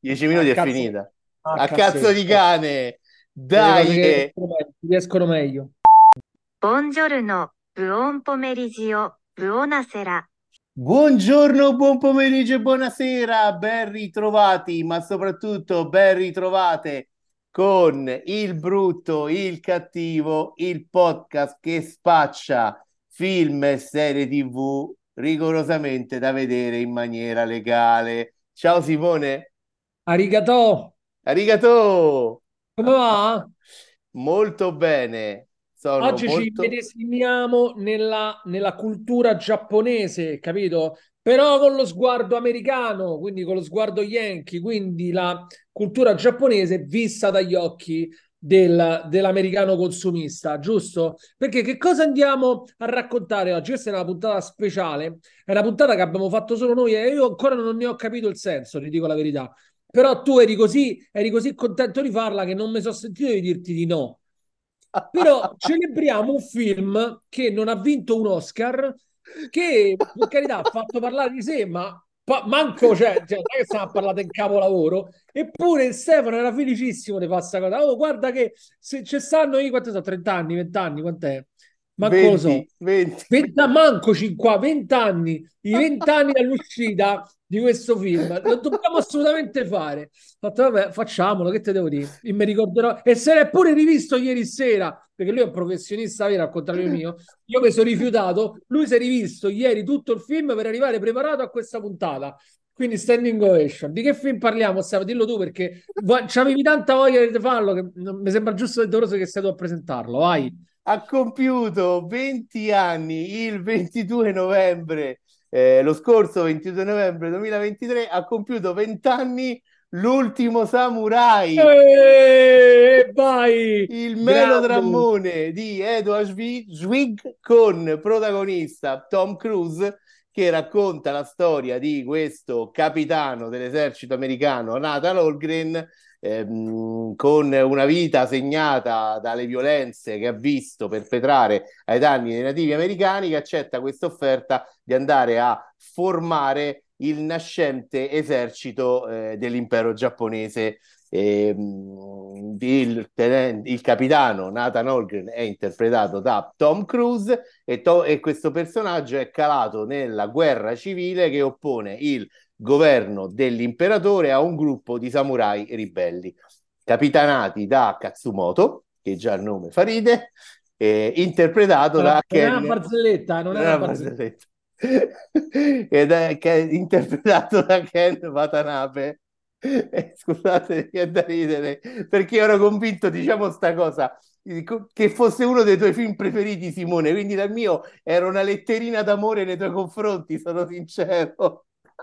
10 A minuti è cazzo, finita. a A cazzo di cazzetto. cane! Delle cose Dai! che riescono meglio. ボンジョルノ、ブオンポメリジオ、ブオナセラ。 Buongiorno, buon pomeriggio e buonasera, ben ritrovati, ma soprattutto ben ritrovate con il brutto, il cattivo, il podcast che spaccia film e serie TV rigorosamente da vedere in maniera legale. Ciao Simone, Arigato, arigato! come va? Molto bene, sono Oggi ci molto... immedesimiamo nella cultura giapponese, capito? Però con lo sguardo americano, quindi con lo sguardo yankee, quindi la cultura giapponese vista dagli occhi dell'americano consumista, giusto? Perché che cosa andiamo a raccontare oggi? Questa è una puntata speciale, è una puntata che abbiamo fatto solo noi e io ancora non ne ho capito il senso, ti dico la verità. Però tu eri così contento di farla che non mi sono sentito di dirti di no. Però celebriamo un film che non ha vinto un Oscar, che per carità ha fatto parlare di sé, ma manco, cioè, non è che stiamo a parlare in capolavoro. Eppure Stefano era felicissimo di fare questa cosa. Oh, guarda che se ci stanno io, quanti sono? 30 anni, 20 anni, quant'è? Manco lo 20, so. 20. 20, manco 50, 20 anni, i 20 anni dall'uscita di questo film, lo dobbiamo assolutamente fare. Ho fatto, vabbè, facciamolo, che te devo dire? Io mi ricorderò, e se l'è pure rivisto ieri sera, perché lui è un professionista vero, al contrario mio, io mi sono rifiutato, lui si è rivisto ieri tutto il film per arrivare preparato a questa puntata. Quindi standing ovation. Di che film parliamo, Stefano? Dillo tu perché c'avevi tanta voglia di farlo che mi sembra giusto e doveroso che sei tu a presentarlo. Vai. Ha compiuto 20 anni il 22 novembre, lo scorso 22 novembre 2023, ha compiuto 20 anni l'ultimo samurai, Vai! il Grande! melodrammone di Edward Zwick con protagonista Tom Cruise che racconta la storia di questo capitano dell'esercito americano, Nathan Holgren, con una vita segnata dalle violenze che ha visto perpetrare ai danni dei nativi americani, che accetta questa offerta di andare a formare il nascente esercito dell'impero giapponese. Il capitano Nathan Holgren è interpretato da Tom Cruise e questo personaggio è calato nella guerra civile che oppone il governo dell'imperatore a un gruppo di samurai ribelli, capitanati da Katsumoto, che già il nome fa ride, interpretato Allora, da non è una Ken, barzelletta, non è non è una una barzelletta. barzelletta, ed è che è interpretato da Ken Watanabe. Scusate, che è da ridere, perché ero convinto, diciamo sta cosa, che fosse uno dei tuoi film preferiti, Simone, quindi dal mio era una letterina d'amore nei tuoi confronti, sono sincero.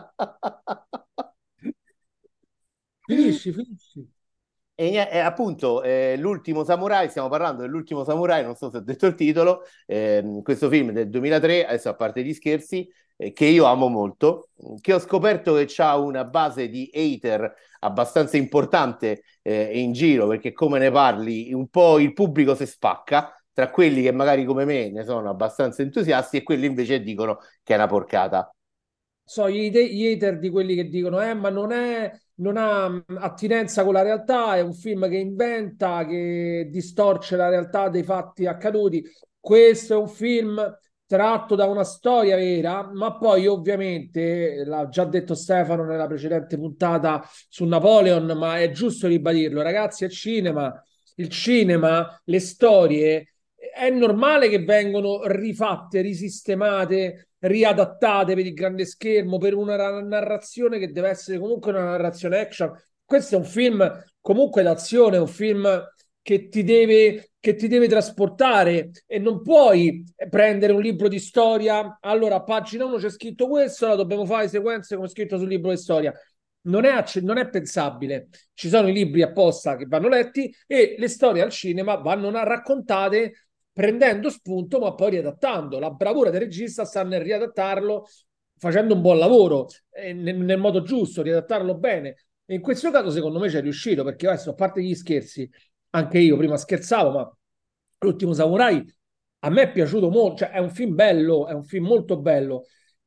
Finisci, finisci. Appunto, l'ultimo samurai, stiamo parlando dell'ultimo samurai, non so se ho detto il titolo, questo film del 2003, adesso a parte gli scherzi, che io amo molto, che ho scoperto che ha una base di hater abbastanza importante in giro, perché come ne parli, un po' il pubblico si spacca, tra quelli che magari come me ne sono abbastanza entusiasti e quelli invece dicono che è una porcata. So, gli hater di quelli che dicono, ma non ha attinenza con la realtà, è un film che inventa, che distorce la realtà dei fatti accaduti. Questo è un film tratto da una storia vera, ma poi ovviamente, l'ha già detto Stefano nella precedente puntata su Napoleon, ma è giusto ribadirlo, ragazzi, è cinema. Il cinema, le storie, è normale che vengono rifatte, risistemate, riadattate per il grande schermo, per una narrazione che deve essere comunque una narrazione action. Questo è un film comunque d'azione, è un film che ti deve trasportare e non puoi prendere un libro di storia. Allora, a pagina 1 c'è scritto questo, allora dobbiamo fare le sequenze come scritto sul libro di storia. Non è pensabile. Ci sono i libri apposta che vanno letti e le storie al cinema vanno raccontate prendendo spunto ma poi riadattando. La bravura del regista sta nel riadattarlo facendo un buon lavoro, nel modo giusto, riadattarlo bene. E in questo caso secondo me c'è riuscito perché adesso a parte gli scherzi, anche io prima scherzavo, ma L'ultimo Samurai a me è piaciuto molto, cioè è un film bello, è un film molto bello.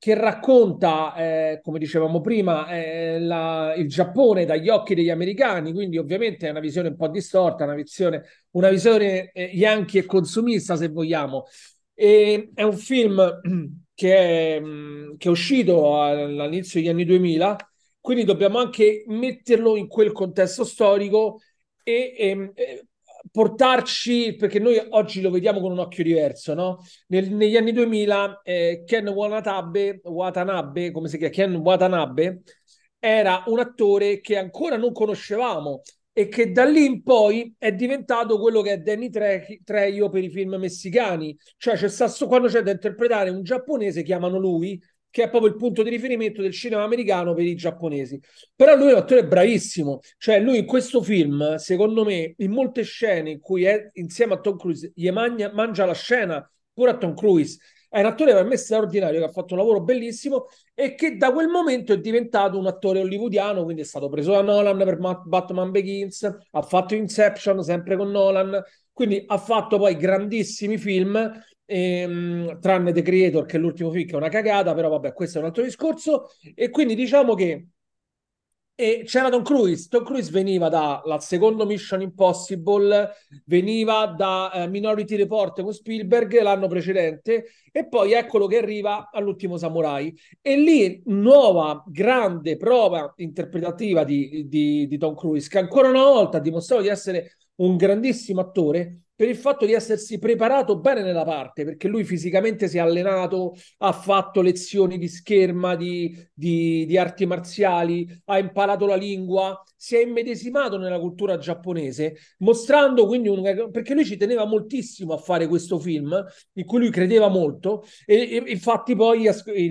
che racconta, come dicevamo prima, il Giappone dagli occhi degli americani, quindi ovviamente è una visione un po' distorta, una visione yankee e consumista, se vogliamo. E è un film che è uscito all'inizio degli anni 2000, quindi dobbiamo anche metterlo in quel contesto storico e portarci, perché noi oggi lo vediamo con un occhio diverso, no? Negli anni 2000 Ken Watanabe, come si chiama? Ken Watanabe era un attore che ancora non conoscevamo e che da lì in poi è diventato quello che è Danny Trejo per i film messicani. Cioè quando c'è da interpretare un giapponese chiamano lui, che è proprio il punto di riferimento del cinema americano per i giapponesi. Però lui è un attore bravissimo, cioè lui in questo film, secondo me, in molte scene in cui è insieme a Tom Cruise, mangia la scena pure a Tom Cruise. È un attore per me straordinario che ha fatto un lavoro bellissimo e che da quel momento è diventato un attore hollywoodiano, quindi è stato preso da Nolan per Batman Begins, ha fatto Inception sempre con Nolan, quindi ha fatto poi grandissimi film, tranne The Creator che è l'ultimo film che è una cagata, però vabbè questo è un altro discorso e quindi diciamo che c'era Tom Cruise veniva dalla secondo Mission Impossible, veniva da Minority Report con Spielberg l'anno precedente e poi eccolo che arriva all'Ultimo Samurai. E lì nuova grande prova interpretativa di Tom Cruise, che ancora una volta ha dimostrato di essere un grandissimo attore per il fatto di essersi preparato bene nella parte, perché lui fisicamente si è allenato, ha fatto lezioni di scherma, di arti marziali, ha imparato la lingua, si è immedesimato nella cultura giapponese, mostrando quindi perché lui ci teneva moltissimo a fare questo film, in cui lui credeva molto, e infatti poi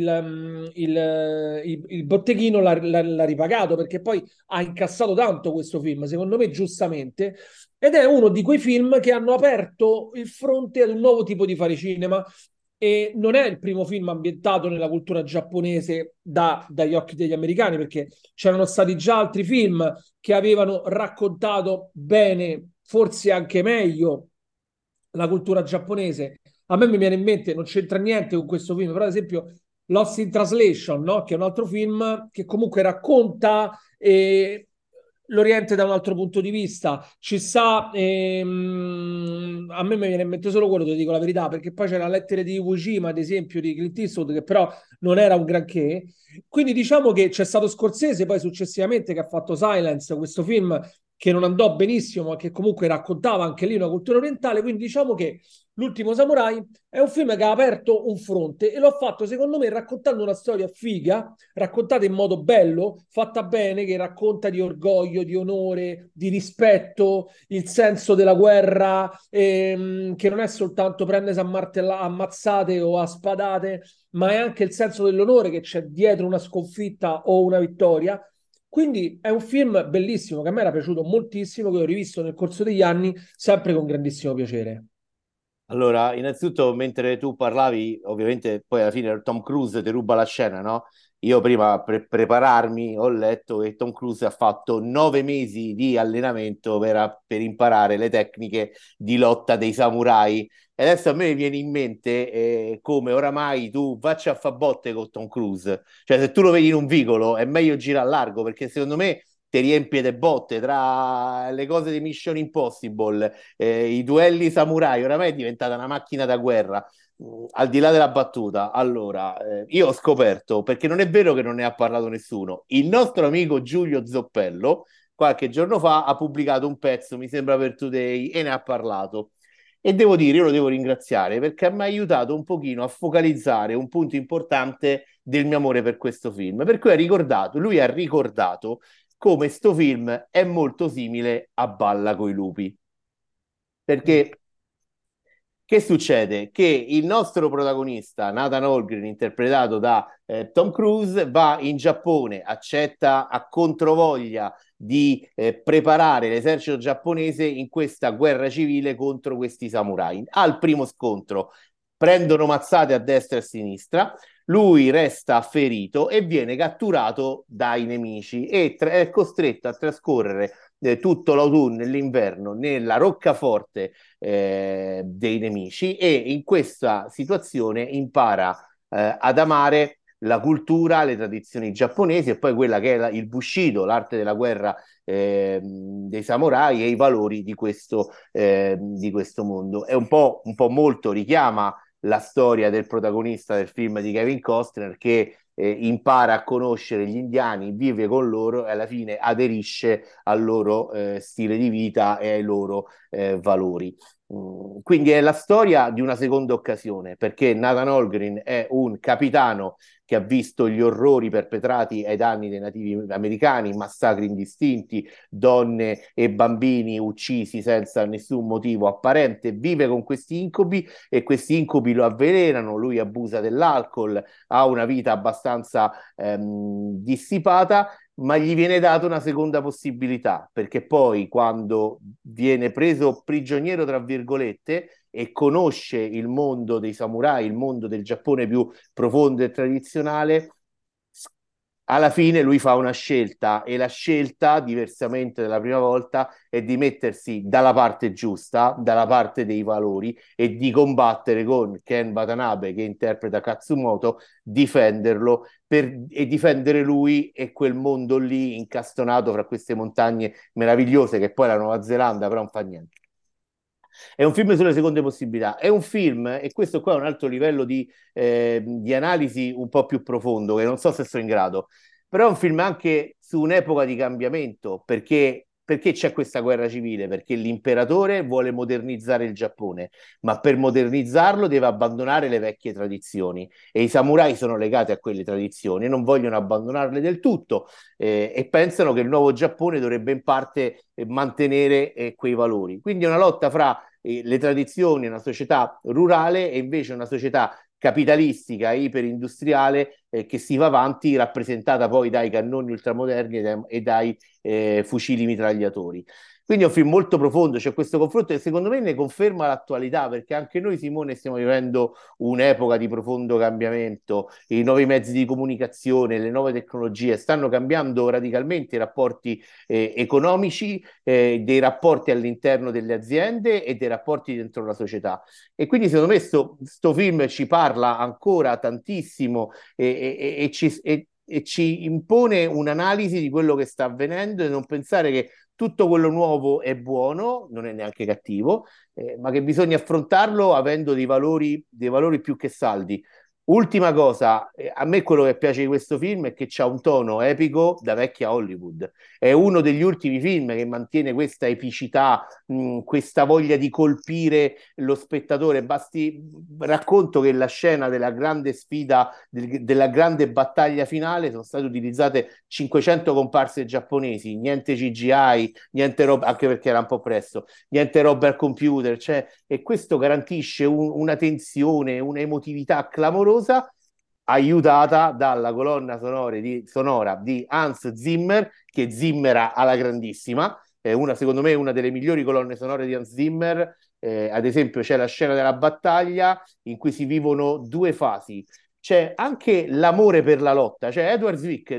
il botteghino l'ha ripagato, perché poi ha incassato tanto questo film, secondo me giustamente, ed è uno di quei film che hanno aperto il fronte ad un nuovo tipo di fare cinema e non è il primo film ambientato nella cultura giapponese dagli occhi degli americani, perché c'erano stati già altri film che avevano raccontato bene, forse anche meglio, la cultura giapponese. A me mi viene in mente, non c'entra niente con questo film, però ad esempio Lost in Translation, no? Che è un altro film che comunque racconta l'Oriente da un altro punto di vista. Ci sta, a me mi viene in mente solo quello, ti dico la verità, perché poi c'era la lettera di Iwo Jima, ad esempio, di Clint Eastwood, che però non era un granché. Quindi diciamo che c'è stato Scorsese poi successivamente che ha fatto Silence, questo film che non andò benissimo, ma che comunque raccontava anche lì una cultura orientale. Quindi diciamo che L'Ultimo Samurai è un film che ha aperto un fronte e lo ha fatto, secondo me, raccontando una storia figa, raccontata in modo bello, fatta bene, che racconta di orgoglio, di onore, di rispetto, il senso della guerra, che non è soltanto prendersi ammazzate o a spadate, ma è anche il senso dell'onore che c'è dietro una sconfitta o una vittoria. Quindi è un film bellissimo che a me era piaciuto moltissimo, che ho rivisto nel corso degli anni, sempre con grandissimo piacere. Allora, innanzitutto, mentre tu parlavi, ovviamente poi alla fine Tom Cruise ti ruba la scena, no? Io prima per prepararmi ho letto che Tom Cruise ha fatto 9 mesi di allenamento per imparare le tecniche di lotta dei samurai. E adesso a me viene in mente come oramai tu faccia a fa botte con Tom Cruise. Cioè, se tu lo vedi in un vicolo è meglio girare a largo, perché secondo me ti riempie le botte tra le cose di Mission Impossible, i duelli samurai, oramai è diventata una macchina da guerra. Al di là della battuta, allora, io ho scoperto, perché non è vero che non ne ha parlato nessuno, il nostro amico Giulio Zoppello qualche giorno fa ha pubblicato un pezzo, mi sembra per Today, e ne ha parlato. E devo dire, io lo devo ringraziare perché mi ha aiutato un pochino a focalizzare un punto importante del mio amore per questo film. Per cui lui ha ricordato come sto film è molto simile a Balla coi lupi. Mm. Perché che succede? Che il nostro protagonista, Nathan Holgren, interpretato da Tom Cruise, va in Giappone, accetta a controvoglia di preparare l'esercito giapponese in questa guerra civile contro questi samurai. Al primo scontro prendono mazzate a destra e a sinistra, lui resta ferito e viene catturato dai nemici e è costretto a trascorrere tutto l'autunno e l'inverno nella roccaforte dei nemici, e in questa situazione impara ad amare la cultura, le tradizioni giapponesi e poi quella che è il Bushido, l'arte della guerra dei samurai e i valori di questo mondo. È un po' molto richiama la storia del protagonista del film di Kevin Costner che impara a conoscere gli indiani, vive con loro e alla fine aderisce al loro stile di vita e ai loro valori. Quindi è la storia di una seconda occasione, perché Nathan Holgren è un capitano che ha visto gli orrori perpetrati ai danni dei nativi americani, massacri indistinti, donne e bambini uccisi senza nessun motivo apparente, vive con questi incubi e questi incubi lo avvelenano, lui abusa dell'alcol, ha una vita abbastanza dissipata, ma gli viene data una seconda possibilità, perché poi quando viene preso prigioniero, tra virgolette, e conosce il mondo dei samurai, il mondo del Giappone più profondo e tradizionale, alla fine lui fa una scelta e la scelta, diversamente dalla prima volta, è di mettersi dalla parte giusta, dalla parte dei valori e di combattere con Ken Watanabe, che interpreta Katsumoto, difenderlo e difendere lui e quel mondo lì incastonato fra queste montagne meravigliose che poi è la Nuova Zelanda, però non fa niente. È un film sulle seconde possibilità, è un film, e questo qua è un altro livello di analisi un po' più profondo, che non so se sono in grado, però è un film anche su un'epoca di cambiamento, perché c'è questa guerra civile? Perché l'imperatore vuole modernizzare il Giappone, ma per modernizzarlo deve abbandonare le vecchie tradizioni e i samurai sono legati a quelle tradizioni e non vogliono abbandonarle del tutto e pensano che il nuovo Giappone dovrebbe in parte mantenere quei valori. Quindi è una lotta fra le tradizioni, una società rurale e invece una società capitalistica, iperindustriale che si va avanti, rappresentata poi dai cannoni ultramoderni e dai fucili mitragliatori. Quindi è un film molto profondo, c'è questo confronto e secondo me ne conferma l'attualità, perché anche noi, Simone, stiamo vivendo un'epoca di profondo cambiamento, i nuovi mezzi di comunicazione, le nuove tecnologie stanno cambiando radicalmente i rapporti economici, dei rapporti all'interno delle aziende e dei rapporti dentro la società. E quindi secondo me sto film ci parla ancora tantissimo e ci impone un'analisi di quello che sta avvenendo e non pensare che tutto quello nuovo è buono, non è neanche cattivo, ma che bisogna affrontarlo avendo dei valori più che saldi. Ultima cosa, a me quello che piace di questo film è che c'ha un tono epico da vecchia Hollywood. È uno degli ultimi film che mantiene questa epicità, questa voglia di colpire lo spettatore. Basti racconto che la scena della grande sfida, della grande battaglia finale, sono state utilizzate 500 comparse giapponesi, niente CGI, niente roba, anche perché era un po' presto, niente roba al computer, cioè, e questo garantisce una tensione, un'emotività clamorosa aiutata dalla colonna sonora di Hans Zimmer, che Zimmera alla grandissima, secondo me una delle migliori colonne sonore di Hans Zimmer. Ad esempio c'è la scena della battaglia in cui si vivono due fasi. C'è anche l'amore per la lotta, cioè Edward Zwick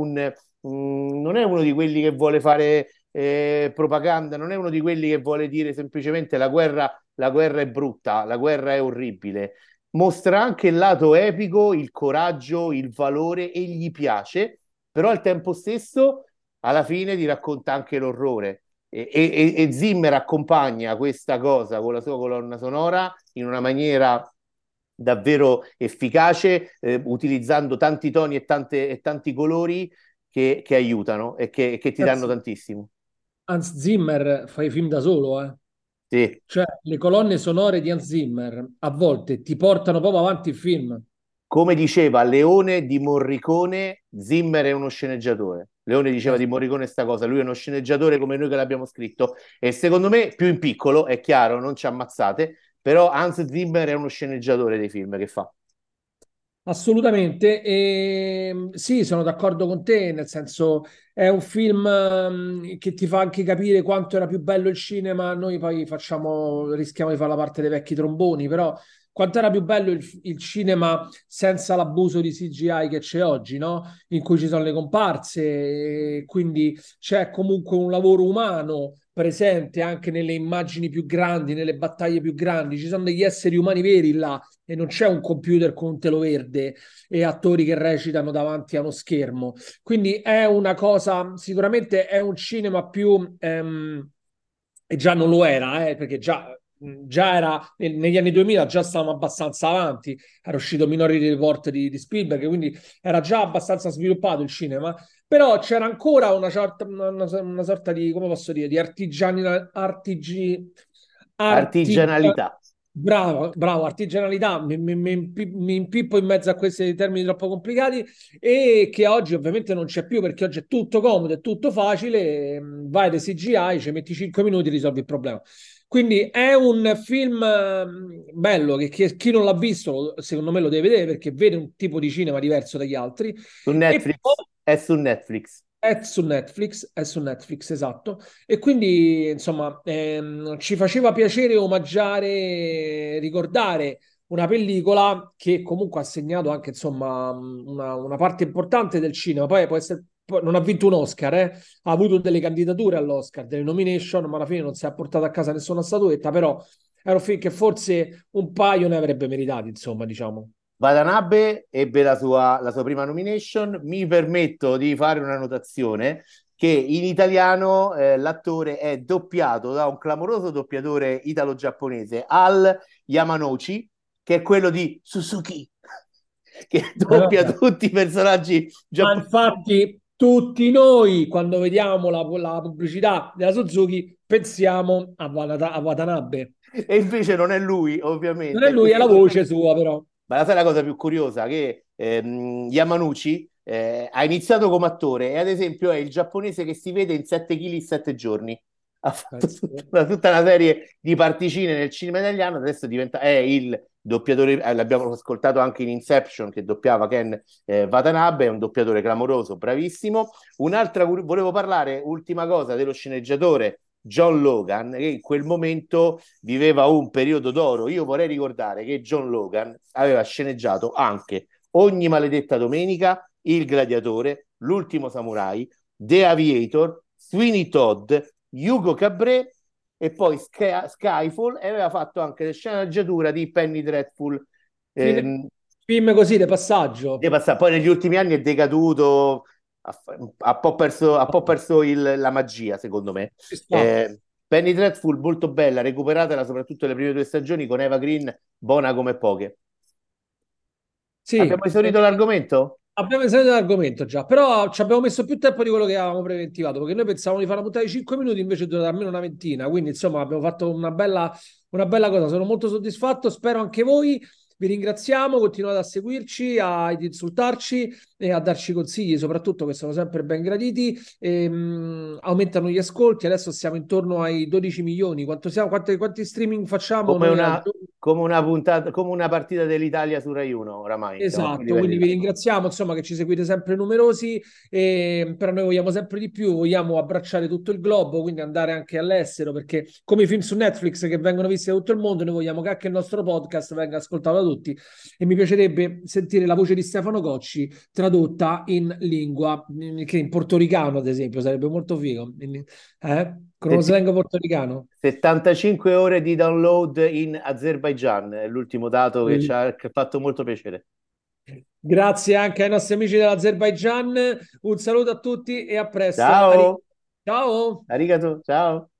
non è uno di quelli che vuole fare propaganda, non è uno di quelli che vuole dire semplicemente la guerra è brutta, la guerra è orribile. Mostra anche il lato epico, il coraggio, il valore e gli piace, però al tempo stesso alla fine ti racconta anche l'orrore. E Zimmer accompagna questa cosa con la sua colonna sonora in una maniera davvero efficace, utilizzando tanti toni e tanti colori che aiutano e che ti danno Ragazzi, tantissimo. Hans Zimmer fa i film da solo, eh. Sì. Cioè, le colonne sonore di Hans Zimmer a volte ti portano proprio avanti il film. Come diceva Leone di Morricone, Zimmer è uno sceneggiatore. Leone diceva Eh, di Morricone sta cosa, lui è uno sceneggiatore come noi che l'abbiamo scritto e secondo me più in piccolo, è chiaro, non ci ammazzate, però Hans Zimmer è uno sceneggiatore dei film che fa. Assolutamente, e sì, sono d'accordo con te, nel senso è un film che ti fa anche capire quanto era più bello il cinema. Noi poi facciamo, rischiamo di fare la parte dei vecchi tromboni, però quanto era più bello il cinema senza l'abuso di CGI che c'è oggi, no? In cui ci sono le comparse, e quindi c'è comunque un lavoro umano presente anche nelle immagini più grandi, nelle battaglie più grandi. Ci sono degli esseri umani veri là e non c'è un computer con un telo verde e attori che recitano davanti a uno schermo. Quindi è una cosa, sicuramente è un cinema più, e già non lo era, perché già era negli anni 2000, già stavamo abbastanza avanti, era uscito Minority Report di Spielberg, quindi era già abbastanza sviluppato il cinema, però c'era ancora una sorta di, come posso dire, di Artigianalità. bravo, bravo, artigianalità, mi impippo in mezzo a questi termini troppo complicati e che oggi ovviamente non c'è più perché oggi è tutto comodo, è tutto facile, vai da CGI, ci metti 5 minuti e risolvi il problema. Quindi è un film bello che chi non l'ha visto, secondo me lo deve vedere perché vede un tipo di cinema diverso dagli altri. Su E poi Netflix, è su Netflix. è su Netflix, esatto. E quindi, insomma, ci faceva piacere omaggiare, ricordare una pellicola che comunque ha segnato anche, insomma, una parte importante del cinema. Poi può essere, non ha vinto un Oscar, ha avuto delle candidature all'Oscar, delle nomination, ma alla fine non si è portato a casa nessuna statuetta, però era un film che forse un paio ne avrebbe meritati, insomma, diciamo. Watanabe ebbe la sua prima nomination. Mi permetto di fare una notazione che in italiano l'attore è doppiato da un clamoroso doppiatore italo-giapponese, Al Yamanouchi, che è quello di Suzuki, che doppia Vabbè. tutti i personaggi Ma giapponesi. infatti tutti noi, quando vediamo la pubblicità della Suzuki, pensiamo a Watanabe. E invece non è lui, Non è ovviamente. lui, è la voce sua, però. Ma la sai la cosa più curiosa? Che Yamanouchi ha iniziato come attore e ad esempio è il giapponese che si vede in 7 kg in 7 giorni. Ha fatto Penso. tutta una serie di particine nel cinema italiano, adesso è il doppiatore, l'abbiamo ascoltato anche in Inception che doppiava Ken Watanabe, è un doppiatore clamoroso, bravissimo. Volevo parlare, ultima cosa, dello sceneggiatore John Logan, che in quel momento viveva un periodo d'oro. Io vorrei ricordare che John Logan aveva sceneggiato anche Ogni maledetta domenica, Il gladiatore, L'ultimo samurai, The Aviator, Sweeney Todd, Hugo Cabret e poi Skyfall, e aveva fatto anche la sceneggiatura di Penny Dreadful. Film, Ehm, film così, di passaggio. Poi negli ultimi anni è decaduto, ha un po' perso la magia, secondo me. Ci sta. Penny Dreadful, molto bella, recuperatela soprattutto le prime 2 stagioni con Eva Green, buona come poche. Abbiamo Sì, esaurito l'argomento? abbiamo esaurito l'argomento già, però ci abbiamo messo più tempo di quello che avevamo preventivato, perché noi pensavamo di fare una puntata di 5 minuti, invece dura almeno una ventina, quindi insomma abbiamo fatto una bella cosa, sono molto soddisfatto, spero anche voi, vi ringraziamo, continuate a seguirci, ad insultarci e a darci consigli, soprattutto che sono sempre ben graditi, aumentano gli ascolti, adesso siamo intorno ai 12 milioni, quanto siamo, quanti streaming facciamo Come noi al una, giorno? come una puntata, come una partita dell'Italia su Rai 1, oramai siamo a quei Esatto, livelli quindi vi là. ringraziamo, insomma, che ci seguite sempre numerosi, però noi vogliamo sempre di più, vogliamo abbracciare tutto il globo, quindi andare anche all'estero, perché come i film su Netflix che vengono visti da tutto il mondo, noi vogliamo che anche il nostro podcast venga ascoltato da tutti e mi piacerebbe sentire la voce di Stefano Cocci tradotta in lingua, che in portoricano, ad esempio, sarebbe molto figo, con uno Setti- slang portoricano. 75 ore di download in Azerbaigian, è l'ultimo dato che ha fatto molto piacere. Grazie anche ai nostri amici dell'Azerbaigian. Un saluto a tutti e a presto. Ciao, Ciao! arigato, ciao.